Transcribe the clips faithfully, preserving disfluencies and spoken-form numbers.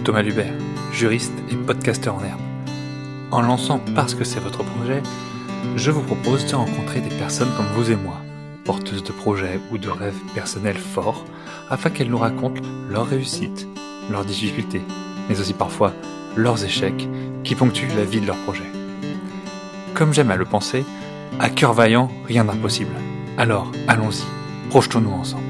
Thomas Lubert, juriste et podcasteur en herbe. En lançant Parce que c'est votre projet, je vous propose de rencontrer des personnes comme vous et moi, porteuses de projets ou de rêves personnels forts, afin qu'elles nous racontent leurs réussites, leurs difficultés, mais aussi parfois leurs échecs qui ponctuent la vie de leur projet. Comme j'aime à le penser, à cœur vaillant, rien d'impossible. Alors, allons-y, projetons-nous ensemble.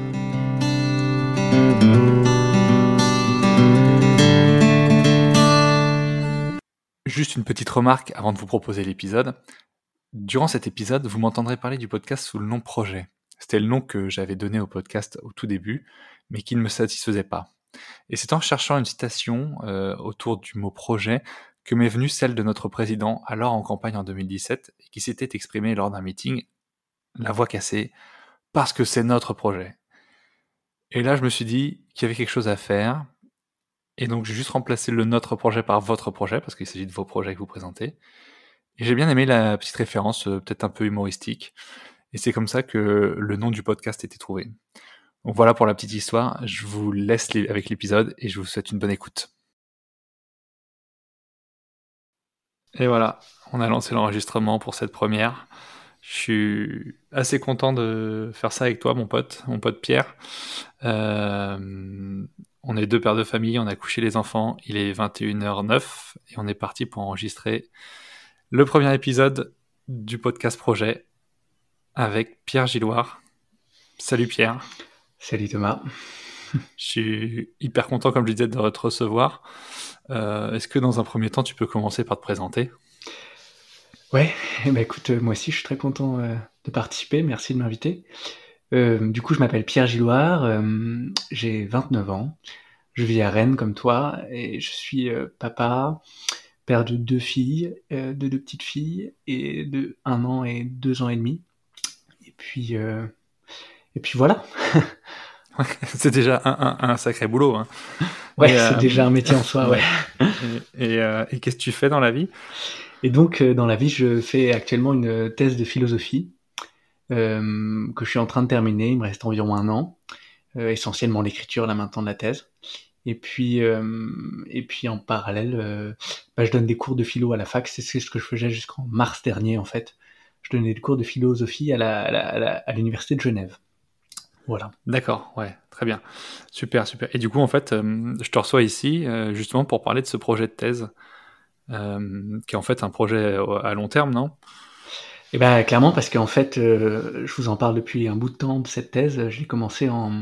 Juste une petite remarque avant de vous proposer l'épisode. Durant cet épisode, vous m'entendrez parler du podcast sous le nom Projet. C'était le nom que j'avais donné au podcast au tout début, mais qui ne me satisfaisait pas. Et c'est en cherchant une citation euh, autour du mot projet que m'est venue celle de notre président, alors en campagne en deux mille dix-sept, et qui s'était exprimé lors d'un meeting, la voix cassée, parce que c'est notre projet. Et là, je me suis dit qu'il y avait quelque chose à faire, et donc j'ai juste remplacé le notre projet par votre projet, parce qu'il s'agit de vos projets que vous présentez. Et j'ai bien aimé la petite référence, euh, peut-être un peu humoristique, et c'est comme ça que le nom du podcast était trouvé. Donc voilà pour la petite histoire, je vous laisse avec l'épisode, et je vous souhaite une bonne écoute. Et voilà, on a lancé l'enregistrement pour cette première. Je suis assez content de faire ça avec toi, mon pote, mon pote Pierre. Euh, on est deux pères de famille, on a couché les enfants, il est vingt et une heures neuf et on est parti pour enregistrer le premier épisode du podcast Projet avec Pierre Gilloire. Salut Pierre. Salut Thomas. Je suis hyper content, comme je disais, de te recevoir. Euh, est-ce que dans un premier temps, tu peux commencer par te présenter ? Ouais, eh ben écoute, moi aussi je suis très content euh, de participer, merci de m'inviter. Euh, du coup, je m'appelle Pierre Gilloire, euh, j'ai vingt-neuf ans, je vis à Rennes comme toi, et je suis euh, papa, père de deux filles, euh, de deux petites filles, et de un an et deux ans et demi. Et puis, euh, et puis voilà. C'est déjà un, un, un sacré boulot. Hein. Ouais, et, c'est euh, déjà un métier en soi, ouais. Et, et, euh, et qu'est-ce que tu fais dans la vie ? Et donc, euh, dans la vie, je fais actuellement une thèse de philosophie euh, que je suis en train de terminer. Il me reste environ un an. Euh, essentiellement l'écriture là maintenant de la thèse. Et puis, euh, et puis en parallèle, euh, bah, je donne des cours de philo à la fac. C'est ce que je faisais jusqu'en mars dernier en fait. Je donnais des cours de philosophie à, la, à, la, à, la, à l'université de Genève. Voilà. D'accord, ouais, très bien. Super, super. Et du coup, en fait, euh, je te reçois ici euh, justement pour parler de ce projet de thèse, euh, qui est en fait un projet à long terme, non ? Et ben clairement, parce qu'en fait, euh, je vous en parle depuis un bout de temps de cette thèse. Je l'ai commencé en,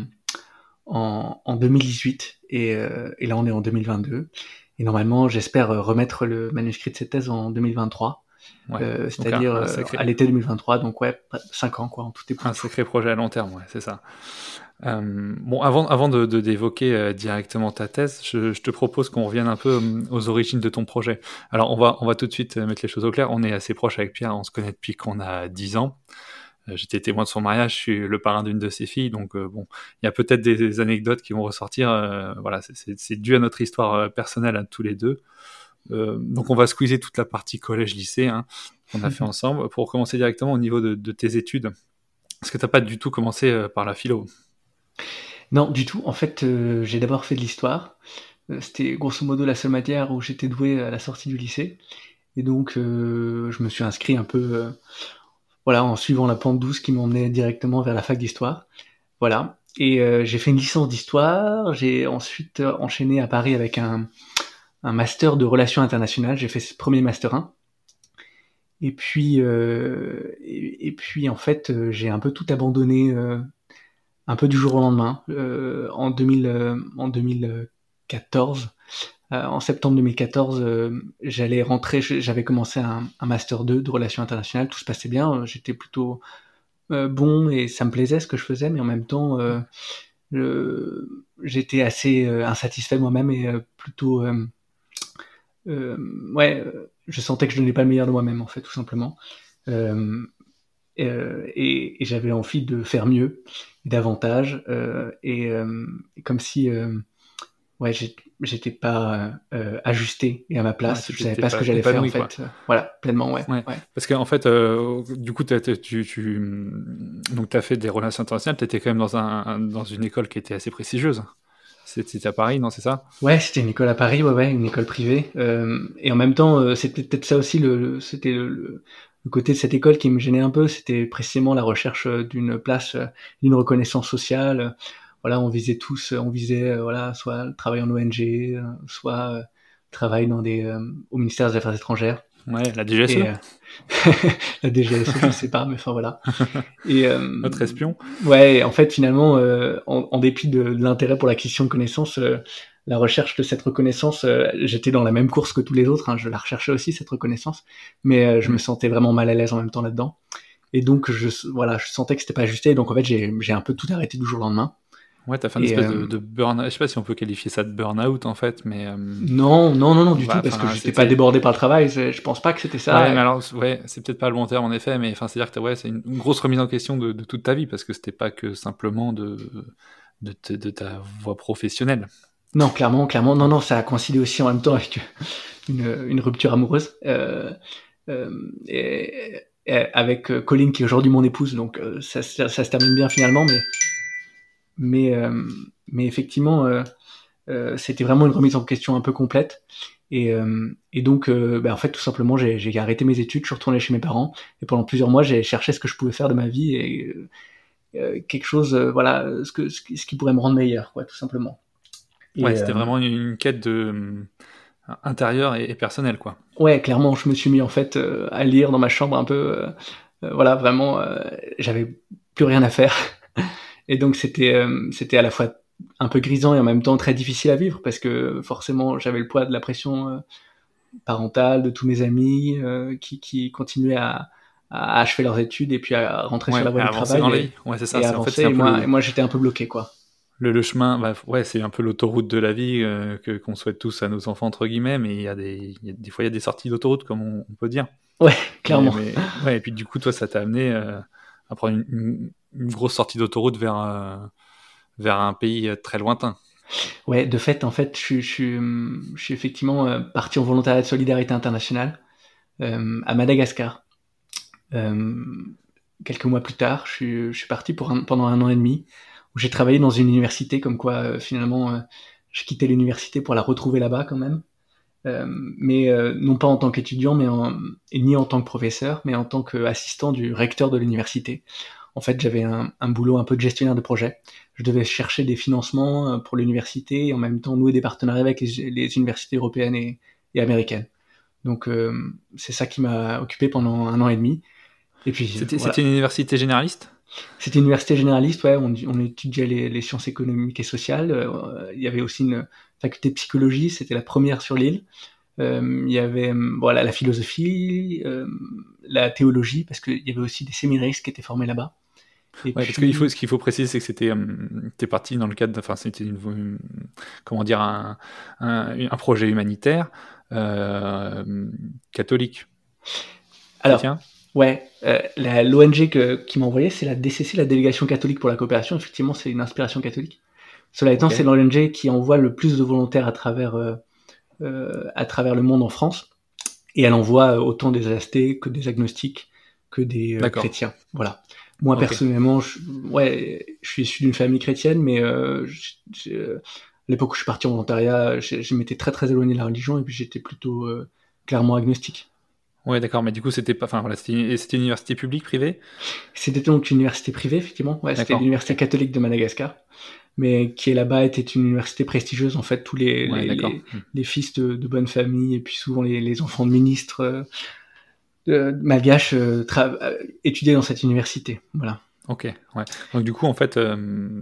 en, en deux mille dix-huit et, euh, et là on est en deux mille vingt-deux. Et normalement, j'espère remettre le manuscrit de cette thèse en deux mille vingt-trois. Ouais. Euh, c'est-à-dire un, un sacré... à l'été deux mille vingt-trois, donc ouais, cinq ans quoi, en tout et pour Un tout. sacré projet à long terme, ouais, c'est ça. Euh, bon, avant, avant de, de d'évoquer euh, directement ta thèse, je, je te propose qu'on revienne un peu euh, aux origines de ton projet. Alors, on va, on va tout de suite mettre les choses au clair. On est assez proche avec Pierre, on se connaît depuis qu'on a dix ans. Euh, j'étais témoin de son mariage, je suis le parrain d'une de ses filles, donc euh, bon, il y a peut-être des, des anecdotes qui vont ressortir. Euh, voilà, c'est, c'est, c'est dû à notre histoire euh, personnelle à tous les deux. Euh, donc, on va squeezer toute la partie collège-lycée hein, qu'on a fait ensemble. Pour commencer directement au niveau de, de tes études, est-ce que tu n'as pas du tout commencé euh, par la philo ? Non, du tout. En fait, euh, j'ai d'abord fait de l'histoire. Euh, c'était grosso modo la seule matière où j'étais doué à la sortie du lycée. Et donc, euh, je me suis inscrit un peu, euh, voilà, en suivant la pente douce qui m'emmenait directement vers la fac d'histoire. Voilà. Et euh, j'ai fait une licence d'histoire. J'ai ensuite euh, enchaîné à Paris avec un, un master de relations internationales. J'ai fait ce premier master un. Et puis, euh, et, et puis en fait, euh, j'ai un peu tout abandonné. Euh, un peu du jour au lendemain, euh, en, deux mille, euh, en deux mille quatorze. Euh, en septembre deux mille quatorze, euh, j'allais rentrer, j'avais commencé un, un master deux de relations internationales, tout se passait bien, j'étais plutôt euh, bon et ça me plaisait ce que je faisais, mais en même temps, euh, je, j'étais assez euh, insatisfait moi-même et euh, plutôt... Euh, euh, ouais, je sentais que je donnais pas le meilleur de moi-même, en fait, tout simplement. Euh, Euh, et, et j'avais envie de faire mieux, davantage, euh, et, euh, et comme si euh, ouais, j'ai, j'étais pas euh, ajusté et à ma place, ouais, je savais pas, pas ce que j'allais faire en fait. Quoi. Voilà, pleinement, ouais. ouais. ouais. Parce qu'en fait, euh, du coup, t'as, tu, tu donc t'as fait des relations internationales, t'étais quand même dans un dans une école qui était assez prestigieuse. C'était à Paris, non, c'est ça? Ouais, c'était une école à Paris, ouais, ouais, une école privée. Euh, et en même temps, euh, c'était peut-être ça aussi, le, le- c'était le, le- le côté de cette école qui me gênait un peu. C'était précisément la recherche euh, d'une place, euh, d'une reconnaissance sociale. Voilà, on visait tous, on visait, euh, voilà, soit le travail en O N G, euh, soit euh, travail dans des, euh, au ministère des Affaires étrangères. Ouais, la D G S E. Et euh, la D G S E, je sais pas, mais enfin voilà. Et euh, Notre espion. ouais, en fait, finalement, euh, en, en dépit de, de l'intérêt pour l'acquisition de connaissances, euh, la recherche de cette reconnaissance, euh, j'étais dans la même course que tous les autres, hein, je la recherchais aussi, cette reconnaissance, mais euh, je Mm. me sentais vraiment mal à l'aise en même temps là-dedans. Et donc, je, voilà, je sentais que c'était pas ajusté, donc en fait, j'ai, j'ai un peu tout arrêté du jour au lendemain. Ouais, t'as fait une Et espèce euh, de, de burn. Je sais pas si on peut qualifier ça de burn-out en fait, mais. euh, non, non, non, non, du bah, tout, parce que enfin, j'étais pas c'était. débordé par le travail, c'est- je pense pas que c'était Ouais, ça. mais alors, ouais, c'est peut-être pas le bon terme en effet, mais enfin, c'est-à-dire que t'as- ouais, c'est une, une grosse remise en question de, de toute ta vie parce que c'était pas que simplement de de, te- de ta voie professionnelle. Non, clairement, clairement, non, non, ça a coïncidé aussi en même temps avec une, une rupture amoureuse. Euh, euh, et, et avec euh, Colline qui est aujourd'hui mon épouse, donc euh, ça, ça, ça se termine bien finalement, mais mais euh, mais effectivement euh, euh, c'était vraiment une remise en question un peu complète et euh, et donc euh, bah, en fait tout simplement j'ai, j'ai arrêté mes études, je suis retourné chez mes parents et pendant plusieurs mois j'ai cherché ce que je pouvais faire de ma vie et euh, quelque chose euh, voilà ce que ce qui, ce qui pourrait me rendre meilleur quoi tout simplement. Ouais, Et c'était euh, vraiment une, une quête de hum, intérieure et, et personnelle, quoi. ouais, clairement, je me suis mis en fait euh, à lire dans ma chambre un peu. Euh, euh, voilà, vraiment, euh, j'avais plus rien à faire. Et donc c'était euh, c'était à la fois un peu grisant et en même temps très difficile à vivre parce que forcément j'avais le poids de la pression euh, parentale de tous mes amis euh, qui, qui continuaient à, à achever leurs études et puis à rentrer sur Ouais, la voie à du avancer dans travail la vie. et, Ouais, c'est ça. et C'est en fait avancer. c'est un Et peu moi, et le moi j'étais un peu bloqué quoi. le, le chemin. Bah, ouais, c'est un peu l'autoroute de la vie euh, que qu'on souhaite tous à nos enfants entre guillemets, mais il y a des il y a, des fois il y a des sorties d'autoroute comme on, on peut dire. Ouais, Mais clairement. mais ouais, et puis du coup toi ça t'a amené euh, à prendre une, une, une grosse sortie d'autoroute vers euh, vers un pays euh, très lointain. Ouais, de fait, en fait, je, suis- je, suis, hum, je suis effectivement euh, parti en volontariat de solidarité internationale euh, à Madagascar. Euh, quelques mois plus tard, je suis, je suis parti pour un- pendant un an et demi, où j'ai travaillé dans une université, comme quoi euh, finalement euh, je quittais l'université pour la retrouver là-bas quand même. Euh, mais euh, non pas en tant qu'étudiant, mais en, et ni en tant que professeur, mais en tant qu'assistant du recteur de l'université. En fait, j'avais un, un boulot un peu de gestionnaire de projet. Je devais chercher des financements euh, pour l'université et en même temps nouer des partenariats avec les, les universités européennes et, et américaines. Donc euh, c'est ça qui m'a occupé pendant un an et demi. Et puis C'était c'était voilà, une université généraliste? c'était une université généraliste, ouais, on, on étudiait les, les sciences économiques et sociales. Euh, il y avait aussi une faculté de psychologie, c'était la première sur l'île. Euh, il y avait euh, voilà la philosophie, euh, la théologie, parce qu'il y avait aussi des séminaristes qui étaient formés là-bas. Et Ouais, parce qu'il faut, puis, ce qu'il faut préciser, c'est que c'était, hum, t'es parti dans le cadre, de- enfin, c'était une, une- comment dire, un, un, un projet humanitaire euh, catholique, alors, chrétien. ouais, euh, la- l'O N G que, qui m'a envoyé, c'est la D C C, la Délégation catholique pour la coopération. Effectivement, c'est une inspiration catholique. Cela étant, Ok. c'est l'O N G qui envoie le plus de volontaires à travers, euh, euh, à travers le monde en France. Et elle envoie autant des athées que des agnostiques, que des euh, D'accord. chrétiens. Voilà. Moi, Ok. personnellement, je, ouais, je suis issu d'une famille chrétienne, mais euh, je- je- à l'époque où je suis parti en volontariat, je, je m'étais très très éloigné de la religion et puis j'étais plutôt euh, clairement agnostique. Ouais, d'accord. Mais du coup, c'était pas, enfin voilà, c'était une, c'était une université publique, privée. C'était donc une université privée, effectivement. Ouais, c'était D'accord. l'université Ok. catholique de Madagascar, mais qui est là-bas était une université prestigieuse. En fait, tous les Ouais, les, d'accord. les, Hmm. les fils de, de bonnes familles et puis souvent les, les enfants de ministres euh, euh, malgaches euh, tra- euh, étudiaient dans cette université. Voilà. Ok. Ouais. Donc du coup, en fait, euh,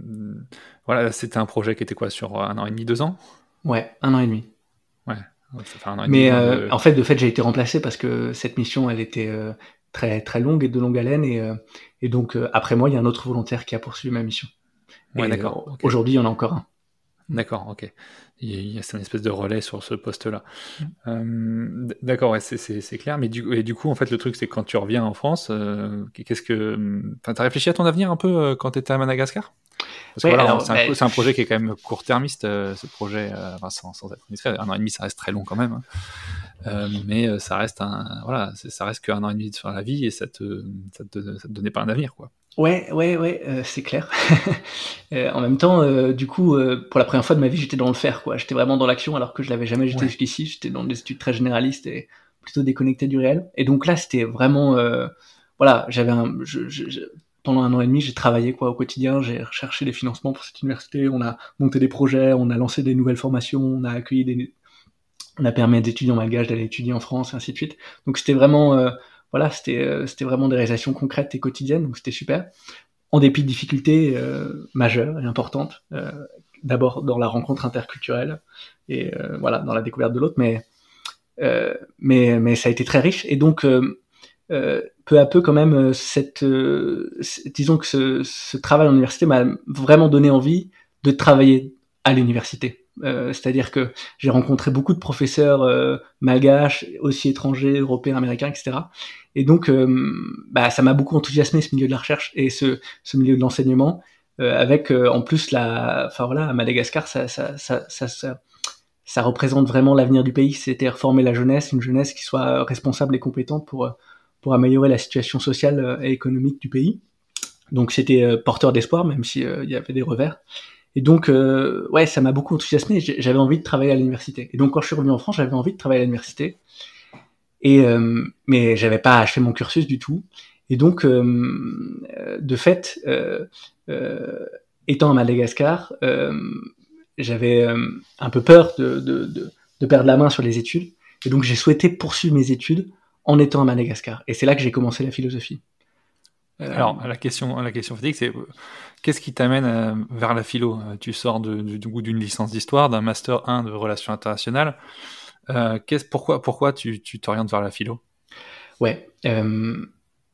voilà, c'était un projet qui était quoi, sur un an et demi, deux ans. Ouais, un an et demi. Ouais. Ça fait un an et demi Mais dans euh, le. en fait, de fait, j'ai été remplacé parce que cette mission, elle était euh, très très longue et de longue haleine et, euh, et donc euh, après moi, il y a un autre volontaire qui a poursuivi ma mission. Ouais, Et euh, d'accord. Ok. aujourd'hui, il y en a encore un. D'accord. Ok. Il y a, il y a- c'est une espèce de relais sur ce poste-là. Mm. Euh, d- d'accord, ouais, c'est, c'est, c'est clair. Mais du, et du coup, en fait, le truc, c'est que quand tu reviens en France, euh, qu'est-ce que, enfin, t'as réfléchi à ton avenir un peu euh, quand t'étais à Madagascar? Parce que Ouais, voilà, alors, c'est un, bah, c'est un projet qui est quand même court-termiste, euh, ce projet, euh, enfin, sans, sans être indiscret. Un an et demi, ça reste très long quand même, hein. Euh, mais euh, ça reste un, voilà, c'est- ça reste qu'un an et demi sur la vie et ça te, ça te, ça te donnait pas un avenir, quoi. Ouais, ouais, ouais, euh, c'est clair. Euh, en même temps, euh, du coup, euh, pour la première fois de ma vie, j'étais dans le faire, quoi. J'étais vraiment dans l'action, alors que je l'avais jamais jeté Ouais. jusqu'ici. J'étais dans des études très généralistes et plutôt déconnecté du réel. Et donc là, c'était vraiment, euh, voilà, j'avais un, je, je, je- pendant un an et demi, j'ai travaillé quoi au quotidien. J'ai recherché des financements pour cette université. On a monté des projets, on a lancé des nouvelles formations, on a accueilli des, on a permis à des étudiants malgaches d'aller étudier en France, et ainsi de suite. Donc c'était vraiment, euh, voilà, c'était, euh, c'était vraiment des réalisations concrètes et quotidiennes. Donc c'était super en dépit de difficultés euh, majeures et importantes, euh, d'abord dans la rencontre interculturelle et euh, voilà dans la découverte de l'autre, mais euh, mais mais ça a été très riche et donc euh, euh, peu à peu quand même cette euh, disons que ce, ce travail en université m'a vraiment donné envie de travailler à l'université. Euh, c'est-à-dire que j'ai rencontré beaucoup de professeurs euh, malgaches, aussi étrangers, européens, américains, et cetera. Et donc, euh, bah, ça m'a beaucoup enthousiasmé ce milieu de la recherche et ce, ce milieu de l'enseignement, euh, avec euh, en plus la, enfin voilà, à Madagascar, ça, ça, ça, ça, ça, ça représente vraiment l'avenir du pays. C'était former la jeunesse, une jeunesse qui soit responsable et compétente pour pour améliorer la situation sociale et économique du pays. Donc c'était euh, porteur d'espoir, même si euh, il y avait des revers. Et donc, euh, ouais, ça m'a beaucoup enthousiasmé. J'avais envie de travailler à l'université. Et donc, quand je suis revenu en France, j'avais envie de travailler à l'université. Et euh, mais j'avais pas achevé mon cursus du tout. Et donc, euh, de fait, euh, euh, étant à Madagascar, euh, j'avais euh, un peu peur de, de, de, de perdre la main sur les études. Et donc, j'ai souhaité poursuivre mes études en étant à Madagascar. Et c'est là que j'ai commencé la philosophie. Euh, Alors, la question, la question fatigue, c'est euh, qu'est-ce qui t'amène euh, vers la philo? Euh, Tu sors de, du, du goût d'une licence d'histoire, d'un master un de relations internationales. Euh, qu'est-ce, pourquoi, pourquoi tu, tu t'orientes vers la philo? ouais. Euh,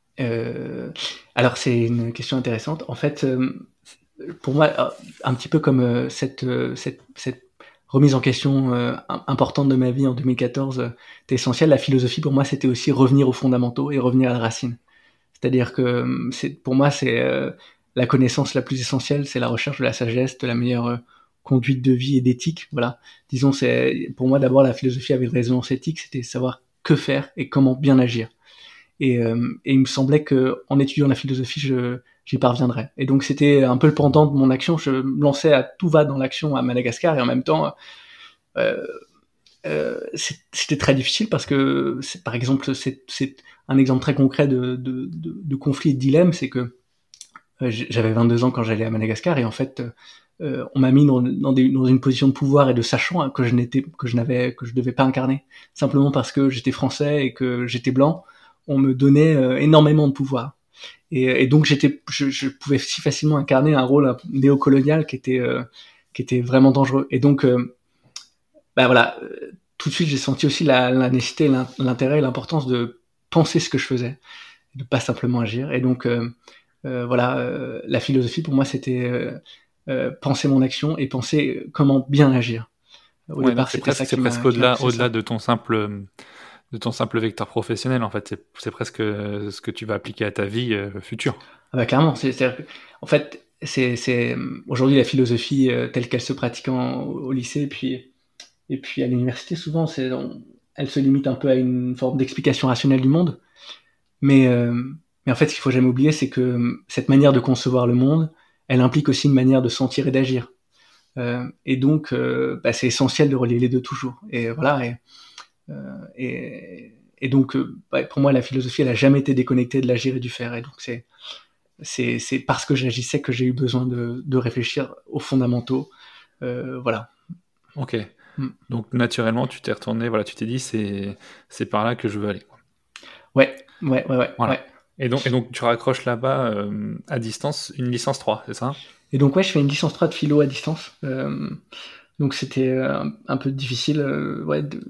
euh, alors, c'est une question intéressante. En fait, euh, pour moi, euh, un petit peu comme euh, cette, euh, cette, cette remise en question euh, importante de ma vie en deux mille quatorze euh, était essentielle, la philosophie pour moi c'était aussi revenir aux fondamentaux et revenir à la racine. C'est-à-dire que c'est, pour moi c'est euh, la connaissance la plus essentielle, c'est la recherche de la sagesse, de la meilleure euh, conduite de vie et d'éthique. Voilà, disons c'est pour moi d'abord la philosophie avait une résonance éthique, c'était savoir que faire et comment bien agir. Et, euh, et il me semblait que en étudiant la philosophie, je, j'y parviendrais. Et donc c'était un peu le pendant de mon action. Je me lançais à tout va dans l'action à Madagascar et en même temps, euh, euh, c'était très difficile parce que, c'est, par exemple, c'est, c'est un exemple très concret de, de, de, de conflit et de dilemme, c'est que euh, j'avais vingt-deux ans quand j'allais à Madagascar et en fait, euh, on m'a mis dans, dans, des, dans une position de pouvoir et de sachant hein, que je n'étais, que je n'avais, que je devais pas incarner simplement parce que j'étais français et que j'étais blanc. On me donnait euh, énormément de pouvoir. Et, et donc j'étais, je, je pouvais si facilement incarner un rôle néocolonial qui était, euh, qui était vraiment dangereux. Et donc, euh, bah voilà, euh, tout de suite j'ai senti aussi la, la nécessité, l'intérêt, et l'importance de penser ce que je faisais, de pas simplement agir. Et donc, euh, euh, voilà, euh, la philosophie pour moi c'était euh, euh, penser mon action et penser comment bien agir. Au Ouais, départ, donc c'est c'était presque, ça c'est qui presque m'a, qui m'a au-delà, poussé au-delà ça. de ton simple, de ton simple vecteur professionnel, en fait. C'est, c'est presque euh, ce que tu vas appliquer à ta vie euh, future. Ah bah clairement, c'est, c'est, en fait, c'est, c'est aujourd'hui la philosophie euh, telle qu'elle se pratique en, au lycée, puis et puis à l'université, souvent, c'est, on, elle se limite un peu à une forme d'explication rationnelle du monde. Mais, euh, mais en fait, ce qu'il faut jamais oublier, c'est que cette manière de concevoir le monde, elle implique aussi une manière de sentir et d'agir. Euh, et donc, euh, bah, c'est essentiel de relier les deux toujours. Et voilà. Et, euh, et, et donc, euh, bah, pour moi, la philosophie, elle a jamais été déconnectée de l'agir et du faire. Et donc, c'est c'est c'est parce que j'agissais que j'ai eu besoin de, de réfléchir aux fondamentaux. Euh, voilà. Ok. Mm. Donc naturellement, tu t'es retourné, voilà, tu t'es dit, c'est, c'est par là que je veux aller, quoi. Ouais, ouais, ouais, ouais, ouais. Voilà. Et donc, et donc tu raccroches là-bas euh, à distance une licence trois, c'est ça? Et donc ouais, je fais une licence trois de philo à distance. Euh, donc c'était euh, un, un peu difficile, euh, ouais, de,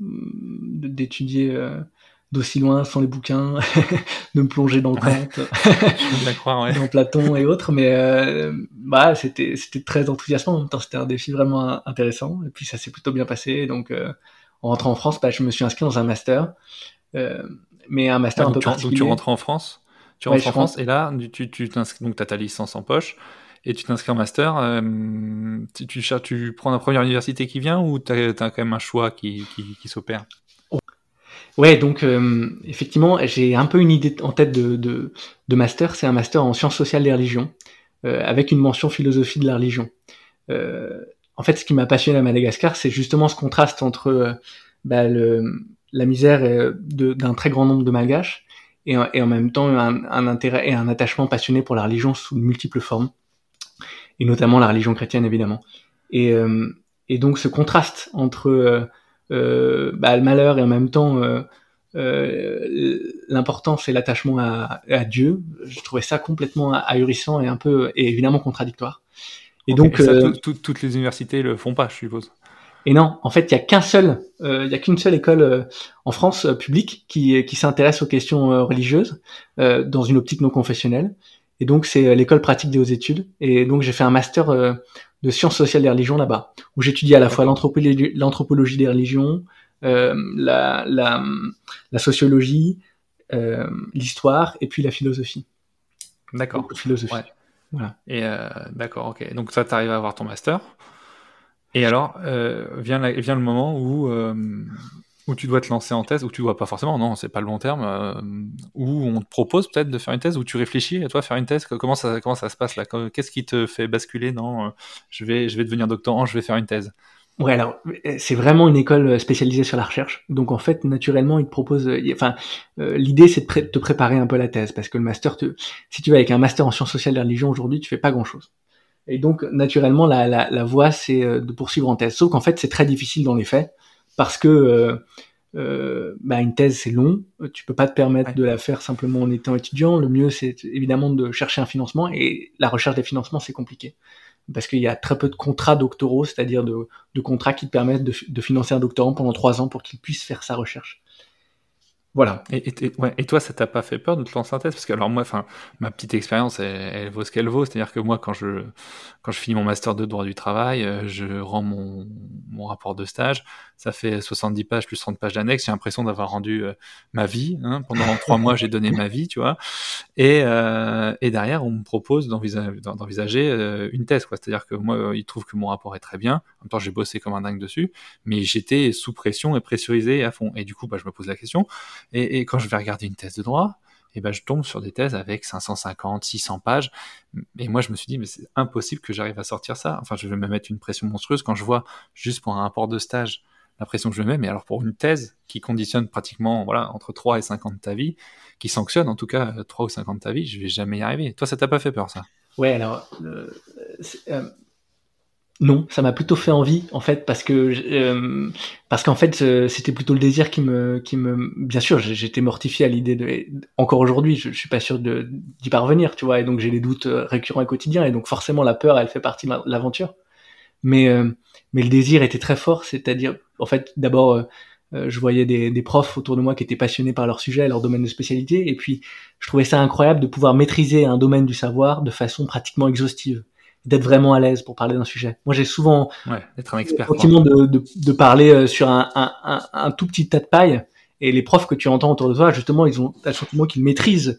de- d'étudier euh, d'aussi loin sans les bouquins, de me plonger dans Ouais, Kant, je veux bien croire, ouais. dans Platon et autres, mais euh, bah c'était c'était très enthousiasmant. En même temps, c'était un défi vraiment intéressant. Et puis ça s'est plutôt bien passé. Et donc euh, en rentrant en France, bah, je me suis inscrit dans un master, euh, mais un Ouais, master un donc peu tu, ren- donc tu particulier. rentres en France, tu Ouais, rentres je en France, rentre. et là, tu, tu t'inscris, donc tu as ta licence en poche, et tu t'inscris en master. euh, tu, tu, cher- tu prends la première université qui vient, ou tu as quand même un choix qui, qui, qui s'opère? Ouais, donc euh, effectivement, j'ai un peu une idée en tête de, de, de master. C'est un master en sciences sociales des religions, euh, avec une mention philosophie de la religion. Euh, en fait, ce qui m'a passionné à Madagascar, c'est justement ce contraste entre euh, bah, le, la misère euh, de, d'un très grand nombre de Malgaches et, et en même temps un, un intérêt et un attachement passionné pour la religion sous de multiples formes, et notamment la religion chrétienne évidemment. Et, euh, et donc ce contraste entre euh, euh, bah, le malheur et en même temps euh, euh, l'importance et l'attachement à, à Dieu, je trouvais ça complètement ahurissant et un peu et évidemment contradictoire. Et Ok. donc, Et ça, euh, tout- tout- toutes les universités le font pas, je suppose. et non, en fait, il y a qu'un seul, euh, il y a qu'une seule école euh, en France euh, publique qui qui s'intéresse aux questions euh, religieuses euh, dans une optique non confessionnelle. Et donc, c'est euh, l'école pratique des hautes études. Et donc, j'ai fait un master euh, de sciences sociales des religions là-bas, où j'étudie à la fois Ok. l'anthropologie, l'anthropologie des religions, euh, la, la la sociologie, euh, l'histoire et puis la philosophie. D'accord. Beaucoup de philosophie. Ouais. Voilà. Et euh, d'accord, ok. Donc ça, t'arrives à avoir ton master. Et alors, euh, vient, la- vient le moment où, euh, où tu dois te lancer en thèse, où tu dois pas forcément, non, c'est pas le long terme, euh, où on te propose peut-être de faire une thèse, où tu réfléchis à toi faire une thèse. Comment ça, comment ça se passe là? Qu'est-ce qui te fait basculer dans euh, je vais, je vais devenir doctorant, je vais faire une thèse? Ouais, alors euh, c'est vraiment une école spécialisée sur la recherche. Donc en fait, naturellement, ils te proposent. euh, y- Enfin, euh, l'idée c'est de pré- te préparer un peu à la thèse, parce que le master, te, si tu vas avec un master en sciences sociales et religion aujourd'hui, tu fais pas grand-chose. Et donc naturellement, la, la, la voie c'est euh, de poursuivre en thèse. Sauf qu'en fait, c'est très difficile dans les faits, parce que euh, euh, bah, une thèse c'est long. Euh, Tu peux pas te permettre Ouais. de la faire simplement en étant étudiant. Le mieux c'est évidemment de chercher un financement, et la recherche des financements c'est compliqué, parce qu'il y a très peu de contrats doctoraux, c'est-à-dire de, de contrats qui te permettent de, de financer un doctorant pendant trois ans pour qu'il puisse faire sa recherche. Voilà. Et, et, et- ouais. Et toi, ça t'a pas fait peur de te lancer en thèse? Parce que alors moi, enfin, ma petite expérience, elle, elle vaut ce qu'elle vaut. C'est-à-dire que moi, quand je quand je finis mon master de droit du travail, euh, je rends mon, mon rapport de stage. Ça fait soixante-dix pages plus trente pages d'annexe. J'ai l'impression d'avoir rendu euh, ma vie. Hein. Pendant trois mois, j'ai donné ma vie, tu vois. Et, euh, et derrière, on me propose d'envisager, d'envisager euh, une thèse, quoi. C'est-à-dire que moi, euh, ils trouvent que mon rapport est très bien. En même temps, j'ai bossé comme un dingue dessus, mais j'étais sous pression et pressurisé à fond. Et du coup, bah, je me pose la question. Et, et quand je vais regarder une thèse de droit, et ben, je tombe sur des thèses avec cinq cent cinquante, six cents pages. Et moi, je me suis dit, mais c'est impossible que j'arrive à sortir ça. Enfin, je vais me mettre une pression monstrueuse quand je vois, juste pour un rapport de stage, la pression que je me mets. Mais alors, pour une thèse qui conditionne pratiquement, voilà, entre trois et cinq ans de ta vie, qui sanctionne en tout cas euh, trois ou cinq ans de ta vie, je vais jamais y arriver. Toi, ça t'a pas fait peur, ça? Ouais, alors, euh, c'est- euh, non, ça m'a plutôt fait envie, en fait, parce que, euh, parce qu'en fait, euh, c'était plutôt le désir qui me, qui me, bien sûr, j'ai- j'étais mortifié à l'idée de, encore aujourd'hui, je, je suis pas sûr de, d'y parvenir, tu vois, et donc j'ai des doutes euh, récurrents et quotidiens, et donc forcément la peur, elle fait partie de la- de l'aventure. Mais, euh, mais le désir était très fort, c'est-à-dire, en fait, d'abord, euh, euh, je voyais des, des profs autour de moi qui étaient passionnés par leur sujet, leur domaine de spécialité, et puis je trouvais ça incroyable de pouvoir maîtriser un domaine du savoir de façon pratiquement exhaustive, d'être vraiment à l'aise pour parler d'un sujet. Moi, j'ai souvent Ouais, d'être un le expert, quoi. sentiment de, de, de parler euh, sur un, un, un, un tout petit tas de paille, et les profs que tu entends autour de toi, justement, ils ont t'as le sentiment qu'ils maîtrisent,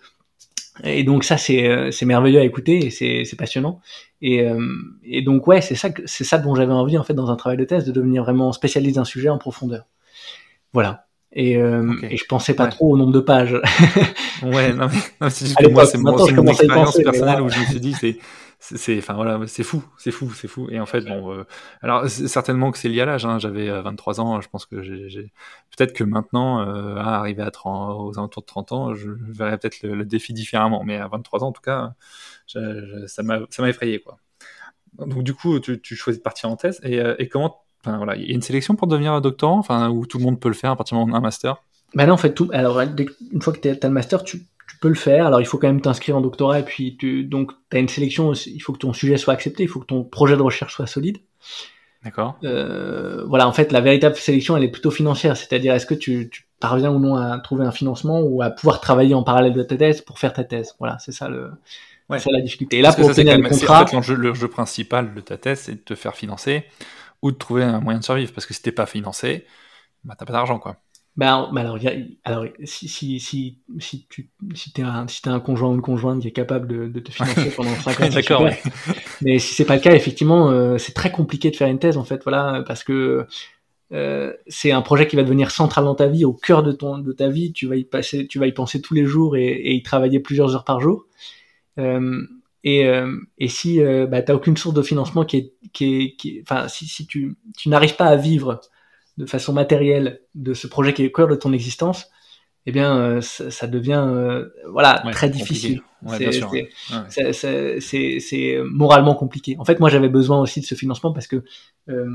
et donc ça c'est euh, c'est merveilleux à écouter et c'est c'est passionnant. Et euh, et donc ouais, c'est ça que c'est ça dont j'avais envie en fait dans un travail de thèse, de devenir vraiment spécialiste d'un sujet en profondeur. Voilà. Et euh, Ok. et je pensais pas Ouais. trop au nombre de pages Ouais, non, mais, non, c'est juste à que moi, l'époque. c'est mon, Maintenant c'est je mon commence à y expérience penser, mais là personnelle où je me suis dit, c'est, c'est, c'est- enfin voilà, c'est fou, c'est fou, c'est fou. Et en fait, bon, euh, alors c'est certainement que c'est lié à l'âge. Hein, j'avais euh, vingt-trois ans, je pense que j'ai, j'ai... peut-être que maintenant, euh, à arriver à trente, aux alentours de trente ans, je verrais peut-être le, le défi différemment. Mais à vingt-trois ans, en tout cas, je- je- ça m'a, ça m'a effrayé, quoi. Donc du coup, tu, tu choisis de partir en thèse et, euh, et comment, enfin voilà, il y a une sélection pour devenir doctorant, enfin où tout le monde peut le faire à partir du moment où on a un master. bah là en fait tout. Alors dès que- une fois que t'es- t'as le master, tu tu peux le faire. Alors il faut quand même t'inscrire en doctorat, et puis tu, donc t'as une sélection. Il faut que ton sujet soit accepté, il faut que ton projet de recherche soit solide. D'accord. Euh, voilà, en fait, la véritable sélection, elle est plutôt financière, c'est-à-dire est-ce que tu, tu parviens ou non à trouver un financement ou à pouvoir travailler en parallèle de ta thèse pour faire ta thèse. Voilà, c'est ça le, c'est Ouais. ça la difficulté. Et là, Parce que pour ça, c'est obtenir quand les même, c'est en fait contrats, l'enjeu, le jeu principal de ta thèse, c'est de te faire financer ou de trouver un moyen de survivre. Parce que si t'es pas financé, bah t'as pas d'argent, quoi. ben, ben alors, il y a, alors, si, si, si, si tu, si t'es un, si t'as un conjoint ou une conjointe qui est capable de, de te financer pendant cinq ans, c'est D'accord, super. ouais. Mais si c'est pas le cas, effectivement, euh, c'est très compliqué de faire une thèse, en fait, voilà, parce que euh, c'est un projet qui va devenir central dans ta vie, au cœur de ton de ta vie. Tu vas y passer, tu vas y penser tous les jours et, et y travailler plusieurs heures par jour. Euh, et, euh, et si euh, bah, t'as aucune source de financement qui est, qui est, qui est, enfin, si, si tu, tu n'arrives pas à vivre de façon matérielle de ce projet qui est au cœur de ton existence, eh bien, euh, ça, ça devient, euh, voilà, Ouais, très compliqué. difficile. Ouais, c'est, bien sûr. c'est, Ouais. Ouais. c'est, c'est, c'est, c'est moralement compliqué. En fait, moi, j'avais besoin aussi de ce financement parce que euh,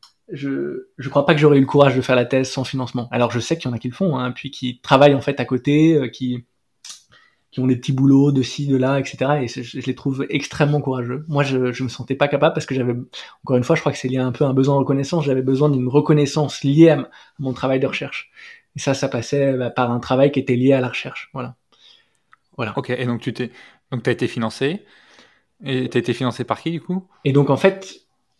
je je crois pas que j'aurais eu le courage de faire la thèse sans financement. Alors, je sais qu'il y en a qui le font, hein, puis qui travaillent en fait à côté, euh, qui qui ont des petits boulots de ci, de là, et cetera. Et je, je les trouve extrêmement courageux. Moi, je, je me sentais pas capable parce que j'avais, encore une fois, je crois que c'est lié un peu à un besoin de reconnaissance. J'avais besoin d'une reconnaissance liée à, m- à mon travail de recherche. Et ça, ça passait bah, par un travail qui était lié à la recherche. Voilà. Voilà. Ok, et donc tu t'es, donc t'as été financé, et t'as été financé par qui du coup? Et donc, en fait,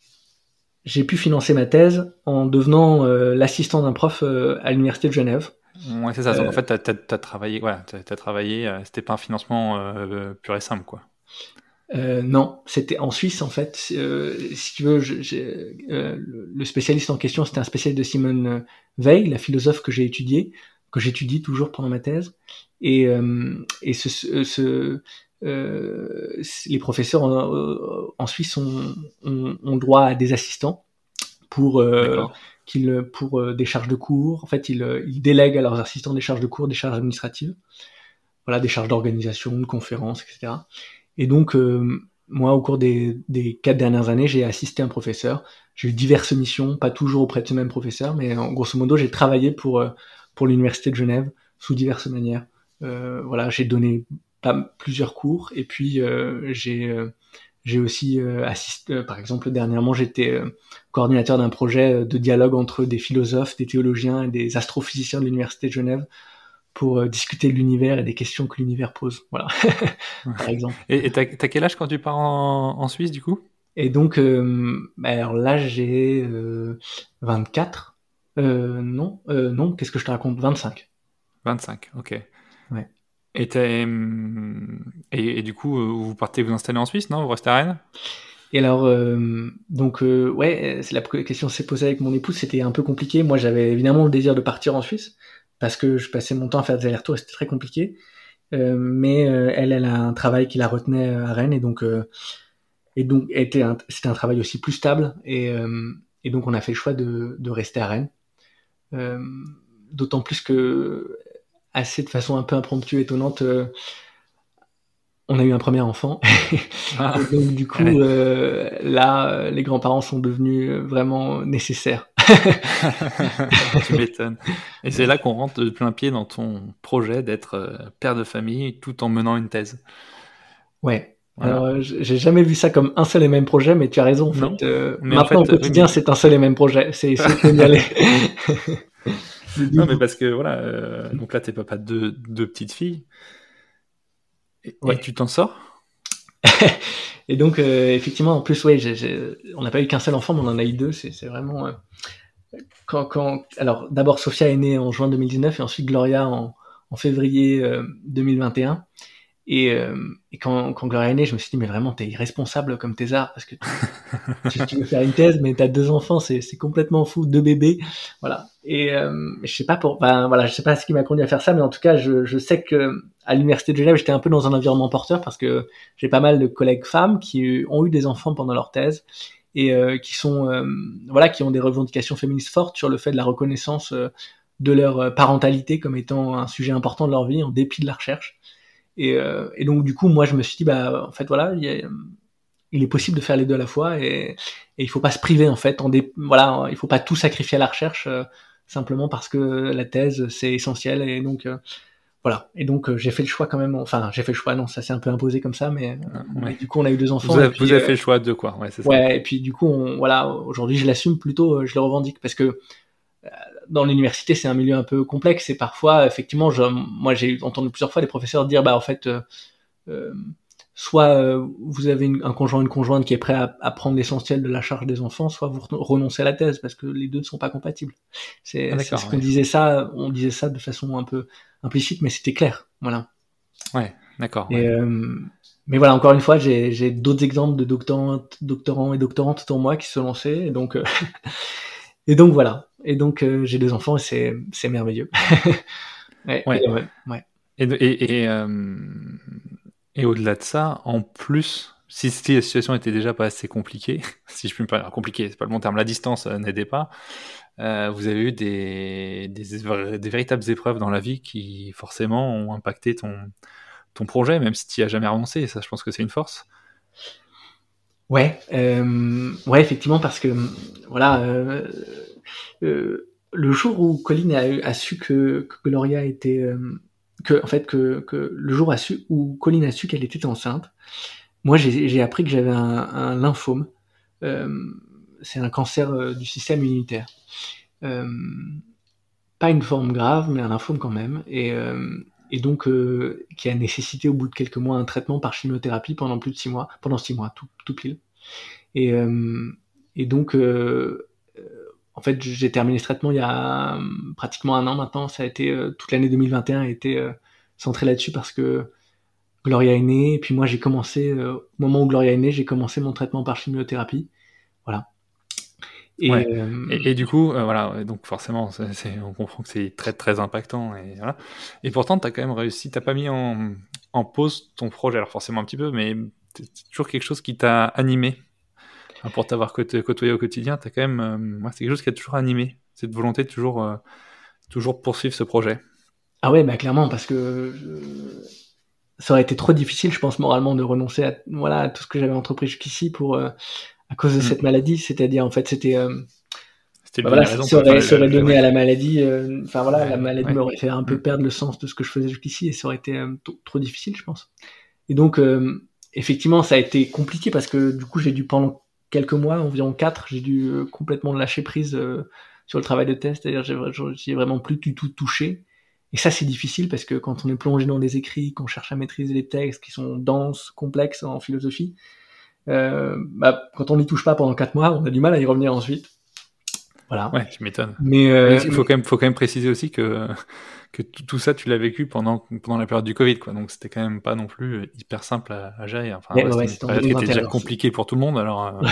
j'ai pu financer ma thèse en devenant euh, l'assistant d'un prof euh, à l'université de Genève. Ouais, c'est ça. Donc Euh, en fait, t'as, t'as, t'as travaillé, voilà, t'as, t'as travaillé. euh, c'était pas un financement euh, pur et simple, quoi. Euh, non, c'était en Suisse en fait. Euh, si tu veux, je, j'ai- euh, le le spécialiste en question, c'était un spécialiste de Simone Weil, la philosophe que j'ai étudiée, que j'étudie toujours pendant ma thèse. Et, euh, et ce, ce, ce- euh, les professeurs en, en Suisse ont, ont, ont droit à des assistants pour euh, D'accord. qu'ils, pour euh, des charges de cours. En fait, ils, ils délèguent à leurs assistants des charges de cours, des charges administratives, voilà, des charges d'organisation, de conférences, et cetera. Et donc, euh, moi, au cours des, des quatre dernières années, j'ai assisté un professeur. J'ai eu diverses missions, pas toujours auprès de ce même professeur, mais en grosso modo, j'ai travaillé pour, euh, pour l'Université de Genève sous diverses manières. Euh, voilà, j'ai donné pas, plusieurs cours et puis euh, j'ai euh, j'ai aussi euh, assisté, euh, par exemple, dernièrement, j'étais euh, coordinateur d'un projet de dialogue entre des philosophes, des théologiens et des astrophysiciens de l'Université de Genève pour euh, discuter de l'univers et des questions que l'univers pose. Voilà, par exemple. Et et t'as, t'as quel âge quand tu pars en, en Suisse, du coup? Et donc, euh, bah, alors là, j'ai euh, vingt-quatre. Euh, non, euh, non, qu'est-ce que je te raconte? vingt-cinq. vingt-cinq, ok. Ouais. Et, t'es, hum, et, et du coup, euh, vous partez vous installer en Suisse, non? Vous restez à Rennes? Et alors, euh, donc, euh, ouais, c'est la question s'est posée avec mon épouse, c'était un peu compliqué. Moi, j'avais évidemment le désir de partir en Suisse parce que je passais mon temps à faire des allers-retours et c'était très compliqué. Euh, mais euh, elle, elle a un travail qui la retenait à Rennes et donc, euh, et donc, était un- c'était un travail aussi plus stable et, euh, et donc on a fait le choix de, de rester à Rennes. Euh, D'autant plus que, assez de façon un peu impromptue, étonnante, euh, on a eu un premier enfant. Ah, Et donc, du coup, ouais. euh, là, euh, les grands-parents sont devenus euh, vraiment nécessaires. Tu m'étonnes. Et c'est là qu'on rentre de plein pied dans ton projet d'être euh, père de famille tout en menant une thèse. Ouais. Alors, Voilà. euh, j- j'ai jamais vu ça comme un seul et même projet, mais tu as raison, en fait. Non? Euh, Mais en maintenant, au fait, euh, oui, quotidien, mais c'est un seul et même projet. C'est essayer de y aller. Mais du non, mais coup, parce que voilà, euh, donc là, t'es papa de deux, deux petites filles et, et ouais. tu t'en sors? Et donc, euh, effectivement, en plus, ouais, j'ai, j'ai- on n'a pas eu qu'un seul enfant, mais on en a eu deux. C'est, c'est vraiment. euh, quand, quand, alors, d'abord, Sophia est née en juin deux mille dix-neuf et ensuite Gloria en, en février euh, deux mille vingt et un. Et, euh, et quand, quand Gloria est née, je me suis dit, mais vraiment, t'es irresponsable comme thésard parce que tu, tu, tu veux faire une thèse, mais t'as deux enfants, c'est, c'est complètement fou, deux bébés, voilà. Et euh, je sais pas pour, ben voilà, je sais pas ce qui m'a conduit à faire ça, mais en tout cas, je, je sais que à l'université de Genève, j'étais un peu dans un environnement porteur parce que j'ai pas mal de collègues femmes qui ont eu des enfants pendant leur thèse et euh, qui sont, euh, voilà, qui ont des revendications féministes fortes sur le fait de la reconnaissance euh, de leur parentalité comme étant un sujet important de leur vie en dépit de la recherche. Et, euh, et donc du coup, moi, je me suis dit, bah, en fait, voilà, il y a, il est possible de faire les deux à la fois et, et il faut pas se priver en fait. En dé, voilà, il faut pas tout sacrifier à la recherche euh, simplement parce que la thèse c'est essentiel et donc euh, voilà. Et donc euh, j'ai fait le choix quand même. Enfin, j'ai fait le choix. Non, ça s'est un peu imposé comme ça, mais, euh, Ah, mais ouais. du coup on a eu deux Vous enfants et avez, vous puis avez euh, fait le choix de quoi? Ouais, c'est ça. ouais. Et puis du coup, on, voilà, aujourd'hui je l'assume plutôt, euh, je le revendique parce que dans l'université c'est un milieu un peu complexe et parfois effectivement, je, moi j'ai entendu plusieurs fois des professeurs dire bah en fait euh, euh, soit euh, vous avez une, un conjoint, une conjointe qui est prêt à, à prendre l'essentiel de la charge des enfants, soit vous renoncez à la thèse parce que les deux ne sont pas compatibles. Ah, C'est, c'est ce d'accord, qu'on ouais. disait ça, on disait ça de façon un peu implicite, mais c'était clair, voilà. Ouais, d'accord, Et ouais. euh, mais voilà, encore une fois, j'ai, j'ai d'autres exemples de doctorants, doctorants et doctorantes autour de moi qui se sont lancés, et donc euh, et donc voilà. Et donc euh, j'ai deux enfants et c'est c'est merveilleux. ouais, Ouais. et, ouais, ouais. Et, de- et, et, euh, et au-delà de ça, en plus, si, si la situation était déjà pas assez compliquée, si je puis me permettre, compliquée, c'est pas le bon terme, la distance euh, n'aidait pas, euh, vous avez eu des, des, des véritables épreuves dans la vie qui forcément ont impacté ton, ton projet, même si tu n'y as jamais renoncé, et ça je pense que c'est une force. Ouais, euh, ouais, effectivement, parce que voilà, euh, euh, le jour où Colline a, a su que, que Gloria était, euh, que en fait que, que le jour a su, où Colline a su qu'elle était enceinte, moi j'ai, j'ai appris que j'avais un, un lymphome. Euh, c'est un cancer euh, du système immunitaire. Euh, pas une forme grave, mais un lymphome quand même, et, euh, et donc euh, qui a nécessité au bout de quelques mois un traitement par chimiothérapie pendant plus de six mois, pendant six mois, tout, tout pile. Et, euh, et donc, euh, euh, en fait, j'ai terminé ce traitement il y a euh, pratiquement un an maintenant. Ça a été euh, toute l'année deux mille vingt et un a été euh, centrée là-dessus parce que Gloria est née. Et puis moi, j'ai commencé euh, au moment où Gloria est née, j'ai commencé mon traitement par chimiothérapie. Voilà. Et Ouais. euh, Et, et du coup, euh, voilà, ouais, donc forcément, c'est, c'est- on comprend que c'est très très impactant. Et, voilà. Et pourtant, tu as quand même réussi, tu pas mis en, en pause ton projet, alors forcément un petit peu, mais c'est c'est toujours quelque chose qui t'a animé. Enfin, pour t'avoir côte- côtoyé au quotidien, t'as quand même, euh, moi, c'est quelque chose qui a toujours animé, cette volonté de toujours, euh, toujours poursuivre ce projet. ah ouais, bah clairement, parce que euh, ça aurait été trop difficile, je pense, moralement, de renoncer à voilà à tout ce que j'avais entrepris jusqu'ici pour euh, à cause de Mm. cette maladie. C'est-à-dire, en fait, c'était euh, C'était bah lui donner voilà, raison, ça quoi. Enfin, aurait, le- ça le- aurait le- donné ouais. à la maladie, euh, enfin voilà, la Ouais, maladie ouais. m'aurait fait un Mm. peu perdre le sens de ce que je faisais jusqu'ici et ça aurait été euh, t- trop difficile, je pense. Et donc, euh, effectivement, ça a été compliqué parce que du coup, j'ai dû pendant quelques mois, environ quatre, j'ai dû euh, complètement lâcher prise euh, sur le travail de test, c'est-à-dire j'ai, vra- j'ai vraiment plus du tout touché. Et ça, c'est difficile parce que quand on est plongé dans des écrits, qu'on cherche à maîtriser les textes qui sont denses, complexes en philosophie, euh, bah, quand on n'y touche pas pendant quatre mois, on a du mal à y revenir ensuite. Voilà. Ouais, tu m'étonnes. Mais, Mais euh, il faut mais quand même, faut quand même préciser aussi que, que tout, tout ça, tu l'as vécu pendant, pendant la période du Covid, quoi. Donc c'était quand même pas non plus euh, hyper simple à, à gérer. Enfin, ouais, ouais, ouais, c'était ouais, une c'était en période qui était deux mille vingt et un. déjà Alors, c'est- compliquée pour tout le monde. Alors, euh,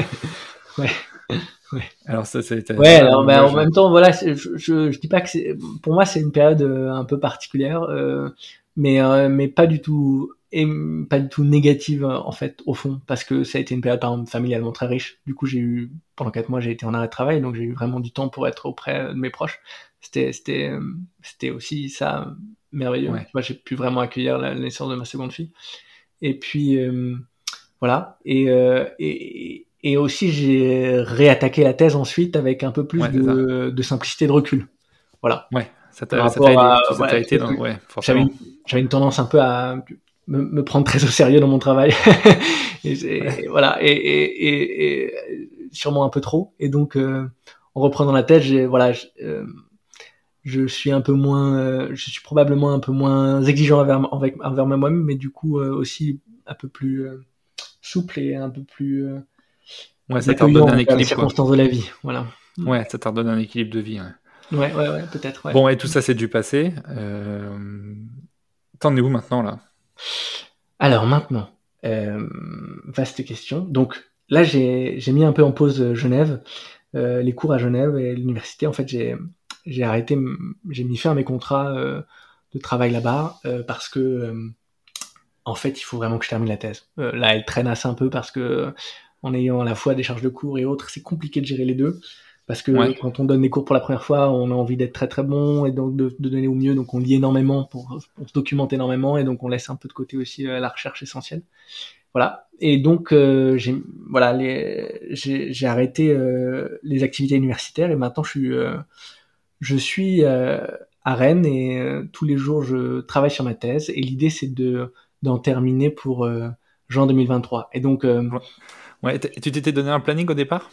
ouais, ouais. alors ça, c'était, Ouais, voilà, alors moi, bah, moi, en je, même temps, voilà, c'est- je, je, je dis pas que c'est, pour moi, c'est une période euh, un peu particulière, euh, mais euh, mais pas du tout, et pas du tout négative euh, en fait au fond, parce que ça a été une période par exemple familialement très riche. Du coup, j'ai eu pendant quatre mois, j'ai été en arrêt de travail, donc j'ai eu vraiment du temps pour être auprès de mes proches. C'était c'était euh, c'était aussi ça euh, merveilleux. ouais. Moi, j'ai pu vraiment accueillir la, la naissance de ma seconde fille. Et puis euh, voilà. Et, euh, et, et aussi, j'ai réattaqué la thèse ensuite avec un peu plus Ouais, c'est ça. de, de simplicité, de recul. Voilà. Ouais, ça Par t'a, ça t'a rapport aidé. à, Ça t'a voilà, été peut-être dans, que ouais, j'avais forcément. une, j'avais une tendance un peu à me, me prendre très au sérieux dans mon travail. et, et Ouais. voilà. Et, et, et, et sûrement un peu trop. Et donc, euh, en reprenant la thèse, j'ai, voilà, je, euh, je suis un peu moins, euh, je suis probablement un peu moins exigeant envers, envers, envers moi-même, mais du coup, euh, aussi un peu plus euh, souple et un peu plus, euh, Ouais, ça t'a accueillant redonné un envers les équilibre, quoi. circonstances de la vie, voilà. Mm. Ouais, ça t'a redonné un équilibre de vie, ouais. Ouais, ouais, ouais, peut-être, ouais. Bon, et tout ça, c'est du passé. Euh... T'en es où maintenant, là? Alors maintenant, euh, vaste question. Donc là, j'ai j'ai mis un peu en pause euh, Genève, euh, les cours à Genève et l'université. En fait, j'ai j'ai arrêté, m- j'ai mis fin à mes contrats euh, de travail là-bas euh, parce que euh, en fait, il faut vraiment que je termine la thèse. Euh, là, elle traîne assez un peu parce que euh, en ayant à la fois des charges de cours et autres, c'est compliqué de gérer les deux. Parce que Ouais, quand on donne des cours pour la première fois, on a envie d'être très très bon et donc de, de donner au mieux. Donc on lit énormément pour, pour se documenter énormément et donc on laisse un peu de côté aussi euh, la recherche essentielle. Voilà. Et donc euh, j'ai voilà les, j'ai, j'ai arrêté euh, les activités universitaires et maintenant je suis euh, je suis euh, à Rennes et euh, tous les jours je travaille sur ma thèse et l'idée c'est de d'en terminer pour euh, juin deux mille vingt-trois. Et donc euh, ouais. Ouais, t- tu t'étais donné un planning au départ?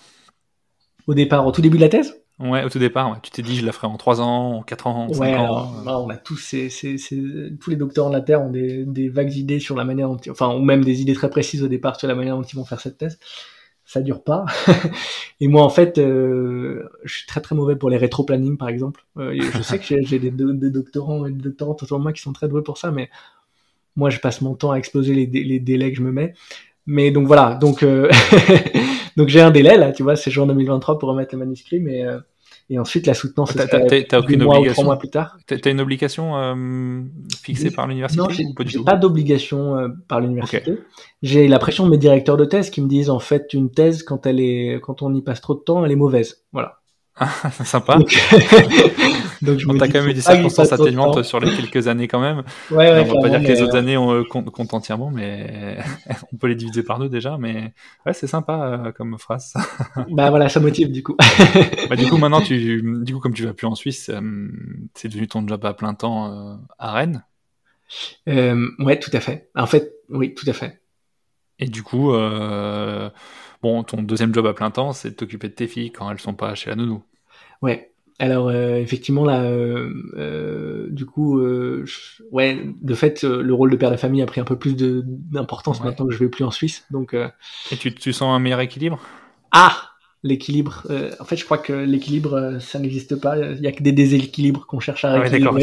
au départ, au tout début de la thèse. Ouais, au tout départ, ouais. Tu t'es dit, je la ferai en trois ans, en quatre ans, en Ouais, cinq alors, ans. euh. là, on a tous ces, ces, ces, tous les docteurs de la Terre ont des, des vagues idées sur la manière dont, ils- enfin, ou même des idées très précises au départ sur la manière dont ils vont faire cette thèse. Ça dure pas. Et moi, en fait, euh, je suis très très mauvais pour les rétro-planning, par exemple. Euh, et je sais que j'ai, j'ai des, do- des doctorants et des doctorantes autour de moi qui sont très doués pour ça, mais moi, je passe mon temps à exploser les, dé- les délais que je me mets. Mais donc voilà, donc euh, donc j'ai un délai là, tu vois, c'est juin deux mille vingt-trois pour remettre le manuscrit, mais euh, Et ensuite, la soutenance, ce T'as, t'as, serait t'as, t'as deux aucune mois ou trois obligation mois plus tard. T'as, t'as une obligation euh, fixée J'ai- par Non, l'université j'ai ou pas du j'ai tout? pas d'obligation euh, par Ok. l'université. J'ai la pression de mes directeurs de thèse qui me disent, en fait, une thèse, quand elle est, quand on y passe trop de temps, elle est mauvaise. Voilà. Sympa. Donc, donc je Bon, me t'as dis quand qu'il même eu faut des pas que j'y circonstances passe trop de atténuantes temps. sur les quelques années quand même. Ouais, Là, ouais, on va pas clairement, dire que les mais autres euh, années on, euh, comptent, comptent entièrement, mais on peut les diviser par deux déjà. Mais ouais, c'est sympa euh, comme phrase. bah voilà, ça motive du coup. Bah, du coup, maintenant, tu, du coup, comme tu vas plus en Suisse, euh, c'est devenu ton job à plein temps euh, à Rennes. Euh, ouais, tout à fait. En fait, oui, tout à fait. Et du coup, euh, bon, ton deuxième job à plein temps, c'est de t'occuper de tes filles quand elles sont pas chez la nounou. Ouais. Alors euh, effectivement là, euh, euh, du coup, euh, je- ouais, de fait, euh, le rôle de père de famille a pris un peu plus de d'importance Ouais. maintenant que je vais plus en Suisse. Donc euh, Et tu, tu sens un meilleur équilibre? ah, l'équilibre. Euh, en fait, je crois que l'équilibre, euh, ça n'existe pas. Il y a que des déséquilibres qu'on cherche à Ah ouais, d'accord. rééquilibrer.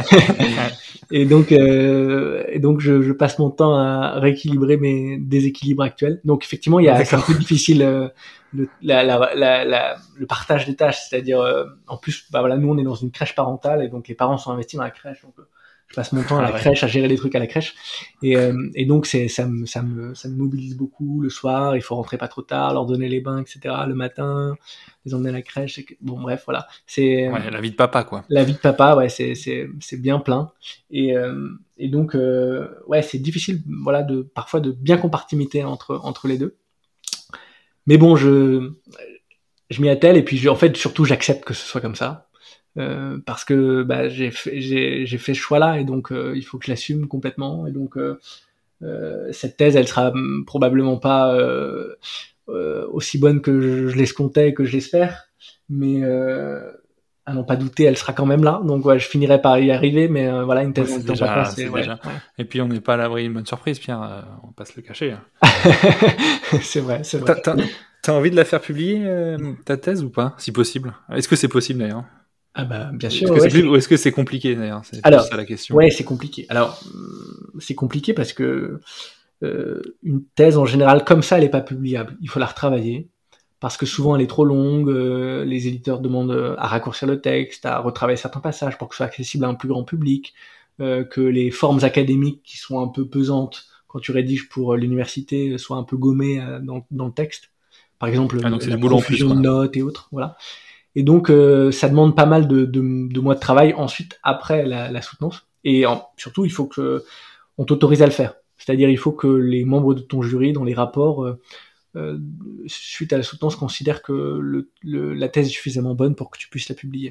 Et donc, euh, et donc, je, je passe mon temps à rééquilibrer mes déséquilibres actuels. Donc, effectivement, il y a, c'est un D'accord. peu difficile euh, le, la, la, la, la- le partage des tâches. C'est-à-dire, euh, en plus, bah voilà, nous, on est dans une crèche parentale et donc les parents sont investis dans la crèche. Donc, euh, je passe mon temps à Ah la ouais. crèche, à gérer les trucs à la crèche. Et, euh, et donc, c'est, ça me, ça me, ça me mobilise beaucoup le soir. Il faut rentrer pas trop tard, leur donner les bains, et cetera. Le matin, les emmener à la crèche. c'est que- Bon, bref, voilà. C'est Ouais, la vie de papa, quoi. la vie de papa, ouais, c'est c'est c'est bien plein. Et euh, et donc euh, ouais, c'est difficile, voilà, de parfois de bien compartimenter entre entre les deux. Mais bon, je je m'y attelle et puis je, en fait surtout j'accepte que ce soit comme ça. Euh, parce que bah, j'ai fait, j'ai, j'ai fait ce choix-là et donc euh, il faut que je l'assume complètement. Et donc euh, euh, cette thèse, elle sera hum, probablement pas euh, euh, aussi bonne que je, je l'escomptais et que je l'espère, mais euh, à n'en pas douter, elle sera quand même là. Donc ouais, je finirai par y arriver, mais euh, voilà, une Ouais, thèse en c'est temps papa, déjà, c'est c'est ouais, déjà. ouais. Et puis, on n'est pas à l'abri d'une bonne surprise, Pierre. euh, on va pas se le cacher. hein. C'est vrai, c'est vrai. T'as, t'as, t'as envie de la faire publier, euh, ta thèse, ou pas? Si possible. Est-ce que c'est possible, d'ailleurs? Ah bah bien sûr, Est-ce que ouais, c'est plus, c'est ou est-ce que c'est compliqué, d'ailleurs? C'est plus alors ça la question. ouais, c'est compliqué. Alors hum, c'est compliqué parce que euh, une thèse en général comme ça, elle est pas publiable. Il faut la retravailler parce que souvent elle est trop longue. euh, les éditeurs demandent euh, à raccourcir le texte, à retravailler certains passages pour que ce soit accessible à un plus grand public, euh, que les formes académiques qui sont un peu pesantes quand tu rédiges pour euh, l'université soient un peu gommées euh, dans, dans le texte. Par exemple, Ah, donc, euh, c'est la du boulot en plus, profusion de quoi. notes et autres. Voilà. Et donc, euh, ça demande pas mal de, de, de mois de travail ensuite après la, la soutenance. Et en, surtout, il faut que on t'autorise à le faire. C'est-à-dire, il faut que les membres de ton jury, dans les rapports, euh, euh, suite à la soutenance, considèrent que le, le, la thèse est suffisamment bonne pour que tu puisses la publier.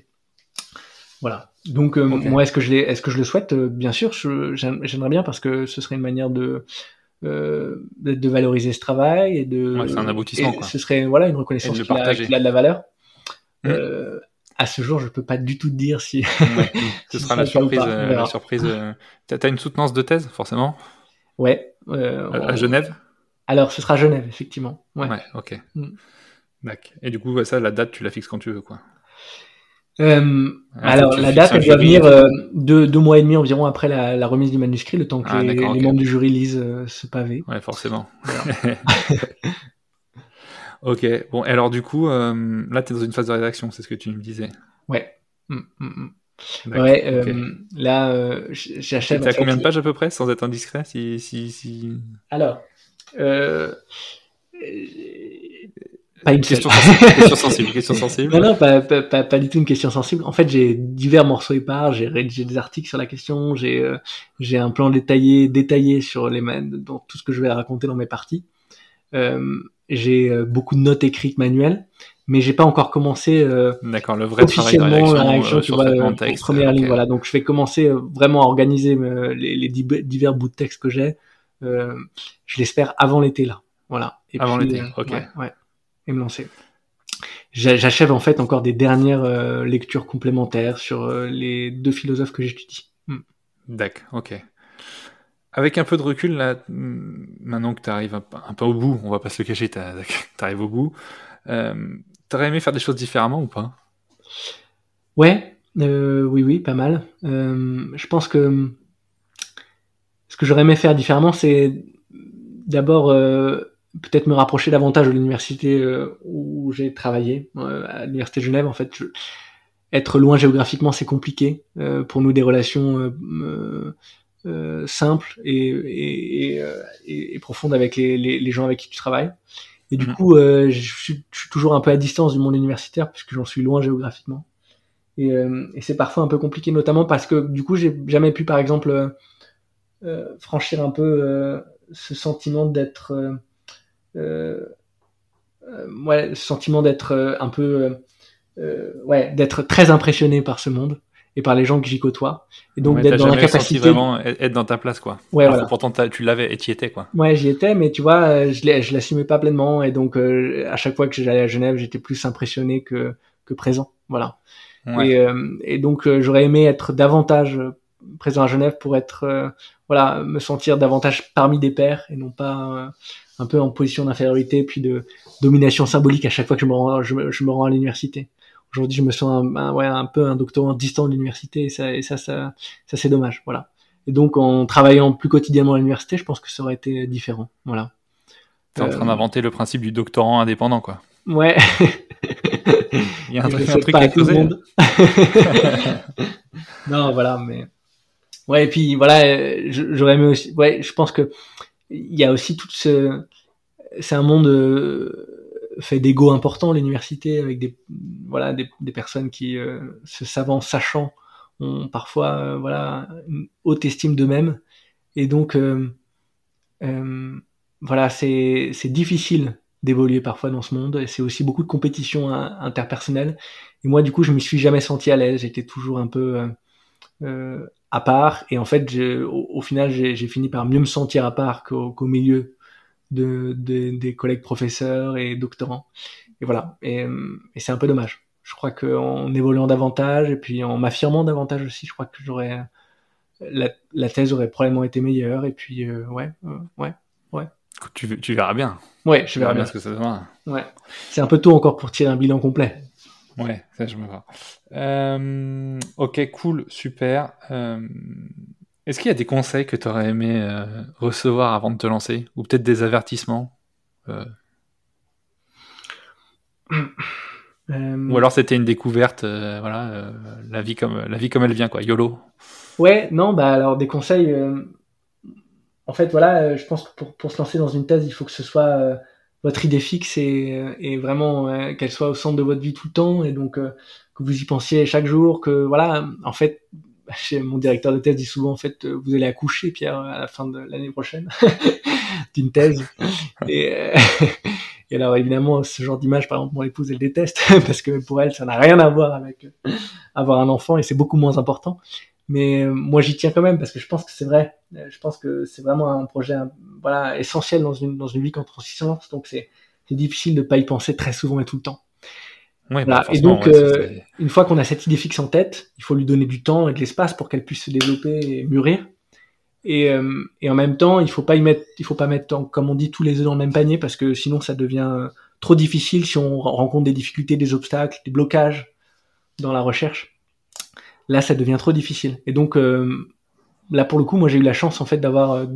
Voilà. Donc, euh, Ok. moi, est-ce que je l'ai, est-ce que je le souhaite Euh, Bien sûr, je, j'aimerais bien parce que ce serait une manière de euh, de, de valoriser ce travail et Ouais, c'est un de aboutissement, et quoi. ce serait voilà une Et de reconnaissance le qu'il a, partager. qu'il a de la valeur. Hmm. Euh, à ce jour, je peux pas du tout te dire si Ouais. Ce si sera c'est la le cas ou surprise, pas. On euh, la verra. surprise. euh, T'as, t'as une soutenance de thèse, forcément, Ouais. Euh, à, à on- Genève? Alors, ce sera Genève, effectivement. Ouais. Ouais, ok. Mm. D'accord. Et du coup, ouais, ça, la date, tu la fixes quand tu veux, quoi. Euh, Il faut que alors, tu la fixes date, un elle doit jury et venir tout. euh, deux, deux mois et demi environ après la, la remise du manuscrit, le temps que Ah, les, d'accord, les ok. membres du jury lisent euh, ce pavé. Ouais, forcément. Voilà. Ok. Bon, et alors du coup, euh, là, t'es dans une phase de rédaction, c'est ce que tu me disais. Ouais. Mm, mm, mm. D'accord. Ouais. Ok. Euh, là, euh, j- T'es j'achève t'es en à fait. combien de pages à peu près, sans être indiscret, si, si, si... Alors, euh, euh, pas une seule. Question sensible. Question sensible. Question sensible. Non, non, pas, pas, pas, pas du tout une question sensible. En fait, j'ai divers morceaux épars, j'ai rédigé des articles sur la question, j'ai euh, j'ai un plan détaillé, détaillé sur les man- dans tout ce que je vais raconter dans mes parties. Euh, j'ai euh, beaucoup de notes écrites manuelles, mais j'ai pas encore commencé euh, D'accord, le vrai travail de officiellement la rédaction réaction, euh, tu sur vois, traitement euh, de pour texte. euh, première ok. ligne, voilà. Donc, je vais commencer euh, vraiment à organiser euh, les, les dib- divers bouts de texte que j'ai. Euh, je l'espère avant l'été là, voilà. Et Avant puis, l'été. euh, Ok. ouais, ouais, et me lancer. J'a- J'achève en fait encore des dernières euh, lectures complémentaires sur euh, les deux philosophes que j'étudie. Hmm. D'accord. Ok. Avec un peu de recul, là, mm, maintenant que tu arrives un, peu un peu au bout, on va pas se le cacher, tu arrives au bout. Euh, T'aurais aimé faire des choses différemment ou pas? Ouais, euh, oui, oui, pas mal. Euh, je pense que ce que j'aurais aimé faire différemment, c'est d'abord euh, peut-être me rapprocher davantage de l'université euh, où j'ai travaillé, euh, à l'université de Genève. En fait, je, être loin géographiquement, c'est compliqué euh, pour nous, des relations euh, euh, euh, simples et, et, et, euh, et, et profondes avec les, les, les gens avec qui tu travailles. Et du Mhm. coup, euh, je, suis, je suis toujours un peu à distance du monde universitaire puisque j'en suis loin géographiquement. Et, euh, et c'est parfois un peu compliqué, notamment parce que du coup, j'ai jamais pu, par exemple, euh, euh, franchir un peu euh, ce sentiment d'être, euh, euh, euh, ouais, ce sentiment d'être euh, un peu, euh, euh, ouais, d'être très impressionné par ce monde et par les gens que j'y côtoie, et donc Ouais, d'être t'as dans jamais ressenti l'incapacité. vraiment être être dans ta place, quoi. Ouais, Alors que voilà. pourtant t'as- tu l'avais et t'y étais, quoi. Ouais, j'y étais, mais tu vois, euh, je l'ai- je l'assumais pas pleinement, et donc euh, à chaque fois que j'allais à Genève, j'étais plus impressionné que que présent. Voilà. Ouais. Et, euh, et donc euh, j'aurais aimé être davantage euh, présent à Genève pour être, euh, voilà, me sentir davantage parmi des pairs et non pas euh, un peu en position d'infériorité puis de domination symbolique à chaque fois que je me rends, je me, je me rends à l'université. Aujourd'hui, je me sens un, un, ouais, un peu un doctorant distant de l'université, et ça, et ça, ça, ça c'est dommage. Voilà. Et donc, en travaillant plus quotidiennement à l'université, je pense que ça aurait été différent. Voilà. T'es en Euh, train d'inventer le principe du doctorant indépendant, quoi. ouais. Il y a un Et je le truc, un souhaite truc pas à à tout le creuser, là. monde. Non, voilà, mais ouais, et puis voilà, euh, je- j'aurais aimé aussi. Ouais, je pense que il y a aussi tout ce. C'est un monde euh, fait d'ego important, l'université, avec des voilà des, des personnes qui, euh, se savant, sachant, ont parfois euh, voilà une haute estime d'eux-mêmes, et donc euh, euh, voilà, c'est c'est difficile d'évoluer parfois dans ce monde, et c'est aussi beaucoup de compétition hein, interpersonnelle. Et moi, du coup, je me suis jamais senti à l'aise. J'étais toujours un peu euh, euh, à part. Et en fait, je, au, au final, j'ai, j'ai fini par mieux me sentir à part qu'au, qu'au milieu de, de, des collègues professeurs et doctorants. Et voilà. Et, euh, et c'est un peu dommage. Je crois qu'en évoluant davantage et puis en m'affirmant davantage aussi, je crois que j'aurais la, la thèse aurait probablement été meilleure. Et puis euh, ouais, euh, ouais, ouais, Écoute, Tu, tu verras bien. ouais, je Tu verrai verras bien bien. ce que ça donnera. Ouais, c'est un peu tôt encore pour tirer un bilan complet. Ouais, ça je me vois. Euh, ok, cool, super. Euh, est-ce qu'il y a des conseils que tu aurais aimé euh, recevoir avant de te lancer? Ou peut-être des avertissements? Euh, ou Euh, alors c'était une découverte, euh, voilà, euh, la vie comme, la vie comme elle vient, quoi, YOLO. ouais, non, bah alors des conseils. Euh, En fait, voilà, euh, je pense que pour, pour se lancer dans une thèse, il faut que ce soit euh, votre idée fixe, et, euh, et vraiment euh, qu'elle soit au centre de votre vie tout le temps, et donc euh, que vous y pensiez chaque jour, que voilà, en fait, chez mon directeur de thèse dit souvent, en fait, euh, vous allez accoucher, Pierre, à la fin de l'année prochaine, d'une thèse. Et, euh, et alors évidemment, ce genre d'image, par exemple, mon épouse, elle déteste, parce que pour elle, ça n'a rien à voir avec euh, avoir un enfant, et c'est beaucoup moins important. Mais euh, moi, j'y tiens quand même, parce que je pense que c'est vrai. Euh, Je pense que c'est vraiment un projet, euh, voilà, essentiel dans une dans une vie quand on s'y lance. Donc c'est c'est difficile de pas y penser très souvent et tout le temps. Ouais, bah Voilà. Et forcément, donc ouais, ça euh, c'est. une fois qu'on a cette idée fixe en tête, il faut lui donner du temps et de l'espace pour qu'elle puisse se développer et mûrir. Et, euh, et en même temps, il faut pas y mettre, il faut pas mettre, comme on dit, tous les œufs dans le même panier, parce que sinon ça devient euh, trop difficile si on rencontre des difficultés, des obstacles, des blocages dans la recherche. Là, ça devient trop difficile. Et donc euh, là, pour le coup, moi, j'ai eu la chance en fait d'avoir euh,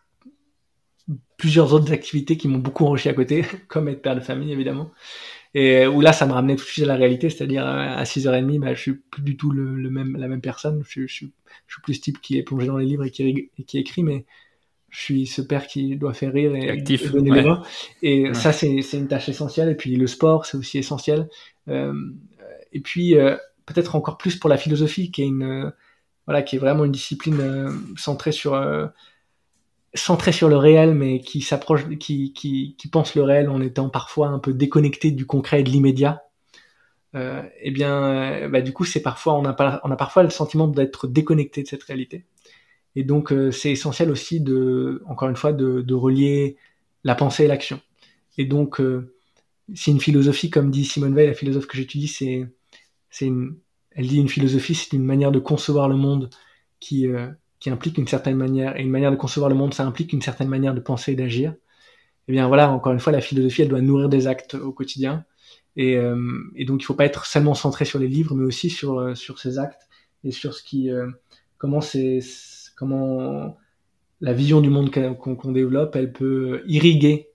plusieurs autres activités qui m'ont beaucoup enrichi à côté, comme être père de famille évidemment. Et où là, ça me ramenait tout de suite à la réalité, c'est-à-dire à six heures trente, bah, je suis plus du tout le, le même, la même personne. Je, je, je, je suis plus ce type qui est plongé dans les livres et qui, et qui écrit, mais je suis ce père qui doit faire rire T'es et, et actif, donner les ouais. mains. Et Ouais. ça, c'est, c'est une tâche essentielle. Et puis le sport, c'est aussi essentiel. Euh, et puis euh, peut-être encore plus pour la philosophie, qui est une, euh, voilà, qui est vraiment une discipline euh, centrée sur euh, centrée sur le réel, mais qui s'approche, qui, qui, qui pense le réel en étant parfois un peu déconnecté du concret et de l'immédiat. Euh, eh bien, euh, bah, du coup, c'est parfois, on a, pas, on a parfois le sentiment d'être déconnecté de cette réalité. Et donc, euh, c'est essentiel aussi de, encore une fois, de, de relier la pensée et l'action. Et donc, euh, c'est une philosophie, comme dit Simone Weil, la philosophe que j'étudie, c'est, c'est une, elle dit une philosophie, c'est une manière de concevoir le monde qui, euh, qui implique une certaine manière, et une manière de concevoir le monde, ça implique une certaine manière de penser et d'agir. Et bien voilà, encore une fois, la philosophie, elle doit nourrir des actes au quotidien. Et, euh, et donc, il ne faut pas être seulement centré sur les livres, mais aussi sur, euh, sur ces actes et sur ce qui, euh, comment c'est, comment la vision du monde qu'on, qu'on développe, elle peut irriguer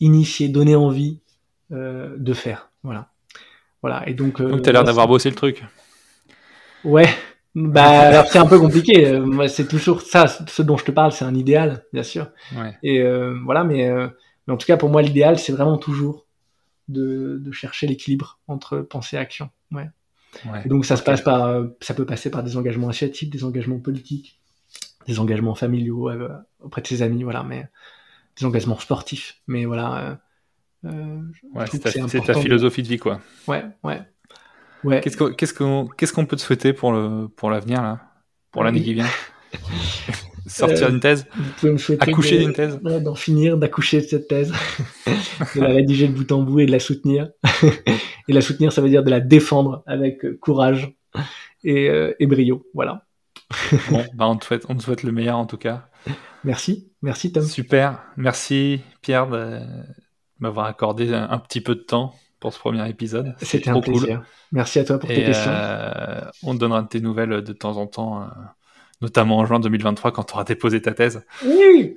initier, donner envie euh, de faire. Voilà. Voilà. Et donc, euh, donc tu as l'air d'avoir bossé le truc. Ouais. Bah, alors c'est un peu compliqué. Euh, moi, c'est toujours ça, ce dont je te parle, c'est un idéal, bien sûr. Ouais. Et euh, voilà, mais, euh, mais en tout cas, pour moi, l'idéal, c'est vraiment toujours de, de chercher l'équilibre entre pensée et action. Ouais. Ouais. Et donc, ça okay. se passe par, euh, ça peut passer par des engagements associatifs, des engagements politiques, des engagements familiaux euh, auprès de ses amis, voilà, mais des engagements sportifs. Mais voilà. Euh, euh, ouais, c'est, ta, c'est, c'est ta philosophie de... de vie, quoi. Ouais, ouais. Ouais. Qu'est-ce, qu'on, qu'est-ce, qu'on, qu'est-ce qu'on peut te souhaiter pour, le, pour l'avenir, là, pour euh, l'année oui. qui vient? Sortir euh, d'une thèse? Vous pouvez me souhaiter accoucher de, d'une thèse? D'en finir, d'accoucher de cette thèse, de la rédiger de bout en bout et de la soutenir. Et la soutenir, ça veut dire de la défendre avec courage et, euh, et brio. Voilà. Bon, bah on te souhaite, on te souhaite le meilleur en tout cas. Merci, merci Tom. Super, merci Pierre de m'avoir accordé un, un petit peu de temps pour ce premier épisode. C'était, C'était trop un plaisir. Cool. Merci à toi pour et tes questions. Euh, on te donnera de tes nouvelles de temps en temps, euh, notamment en juin deux mille vingt-trois quand tu auras déposé ta thèse. Oui.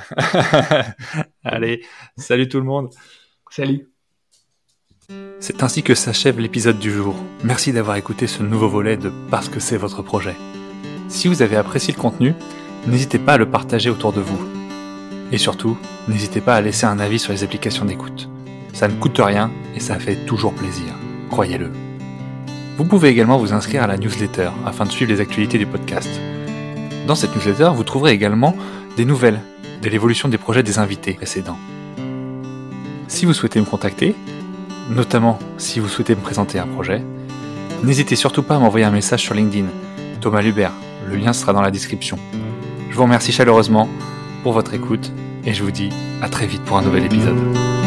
Allez, salut tout le monde. Salut. C'est ainsi que s'achève l'épisode du jour. Merci d'avoir écouté ce nouveau volet de Parce que c'est votre projet. Si vous avez apprécié le contenu, n'hésitez pas à le partager autour de vous. Et surtout, n'hésitez pas à laisser un avis sur les applications d'écoute. Ça ne coûte rien et ça fait toujours plaisir, croyez-le. Vous pouvez également vous inscrire à la newsletter afin de suivre les actualités du podcast. Dans cette newsletter, vous trouverez également des nouvelles de l'évolution des projets des invités précédents. Si vous souhaitez me contacter, notamment si vous souhaitez me présenter un projet, n'hésitez surtout pas à m'envoyer un message sur LinkedIn, Thomas Lubert, le lien sera dans la description. Je vous remercie chaleureusement pour votre écoute et je vous dis à très vite pour un nouvel épisode.